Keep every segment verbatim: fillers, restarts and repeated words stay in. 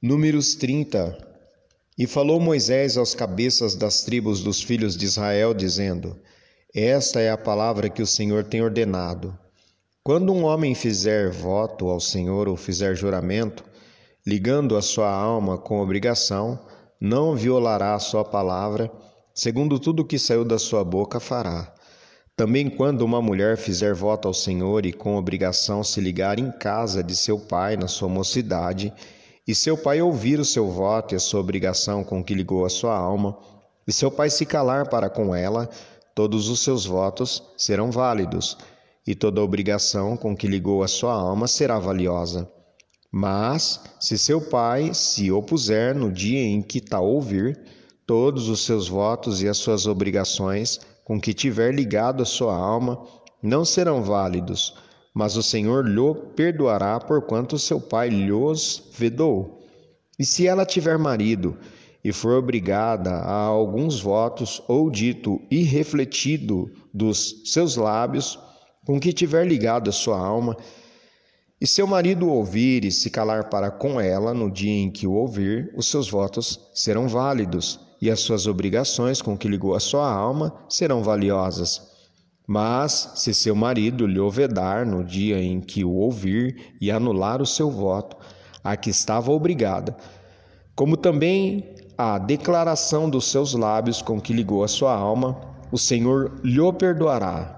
Números trinta. E falou Moisés aos cabeças das tribos dos filhos de Israel, dizendo: Esta é a palavra que o Senhor tem ordenado. Quando um homem fizer voto ao Senhor ou fizer juramento, ligando a sua alma com obrigação, não violará a sua palavra, segundo tudo que saiu da sua boca fará. Também quando uma mulher fizer voto ao Senhor e com obrigação se ligar em casa de seu pai na sua mocidade, e seu pai ouvir o seu voto e a sua obrigação com que ligou a sua alma, e seu pai se calar para com ela, todos os seus votos serão válidos, e toda a obrigação com que ligou a sua alma será valiosa. Mas, se seu pai se opuser no dia em que tal ouvir, todos os seus votos e as suas obrigações com que tiver ligado a sua alma não serão válidos, mas o Senhor lhe perdoará porquanto seu pai lhos vedou. E se ela tiver marido e for obrigada a alguns votos ou dito e refletido dos seus lábios, com que tiver ligado a sua alma, e seu marido ouvir e se calar para com ela no dia em que o ouvir, os seus votos serão válidos, e as suas obrigações com que ligou a sua alma serão valiosas. Mas, se seu marido lhe vedar no dia em que o ouvir e anular o seu voto, a que estava obrigada, como também a declaração dos seus lábios com que ligou a sua alma, o Senhor lhe perdoará.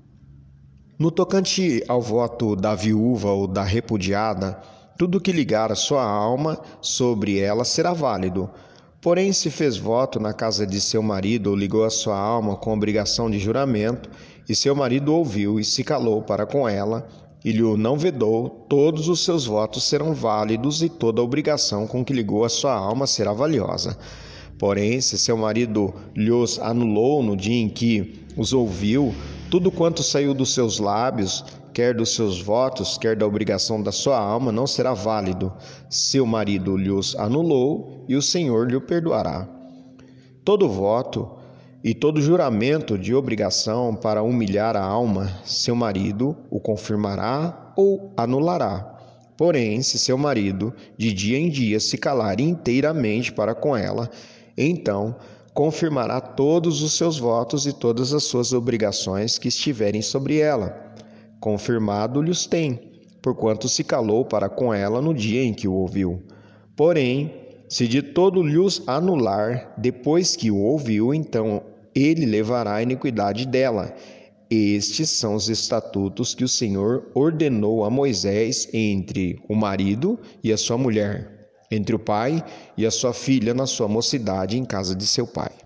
No tocante ao voto da viúva ou da repudiada, tudo que ligar a sua alma sobre ela será válido. Porém, se fez voto na casa de seu marido ou ligou a sua alma com obrigação de juramento, e seu marido ouviu e se calou para com ela, e lhe não vedou, todos os seus votos serão válidos e toda a obrigação com que ligou a sua alma será valiosa. Porém, se seu marido lhos anulou no dia em que os ouviu, tudo quanto saiu dos seus lábios, quer dos seus votos, quer da obrigação da sua alma, não será válido. Seu marido lhos anulou e o Senhor lhe perdoará. Todo voto e todo juramento de obrigação para humilhar a alma, seu marido o confirmará ou anulará. Porém, se seu marido de dia em dia se calar inteiramente para com ela, então confirmará todos os seus votos e todas as suas obrigações que estiverem sobre ela. Confirmado-lhes tem, porquanto se calou para com ela no dia em que o ouviu. Porém, se de todo lhos anular, depois que o ouviu, então ele levará a iniquidade dela. Estes são os estatutos que o Senhor ordenou a Moisés entre o marido e a sua mulher, entre o pai e a sua filha na sua mocidade em casa de seu pai.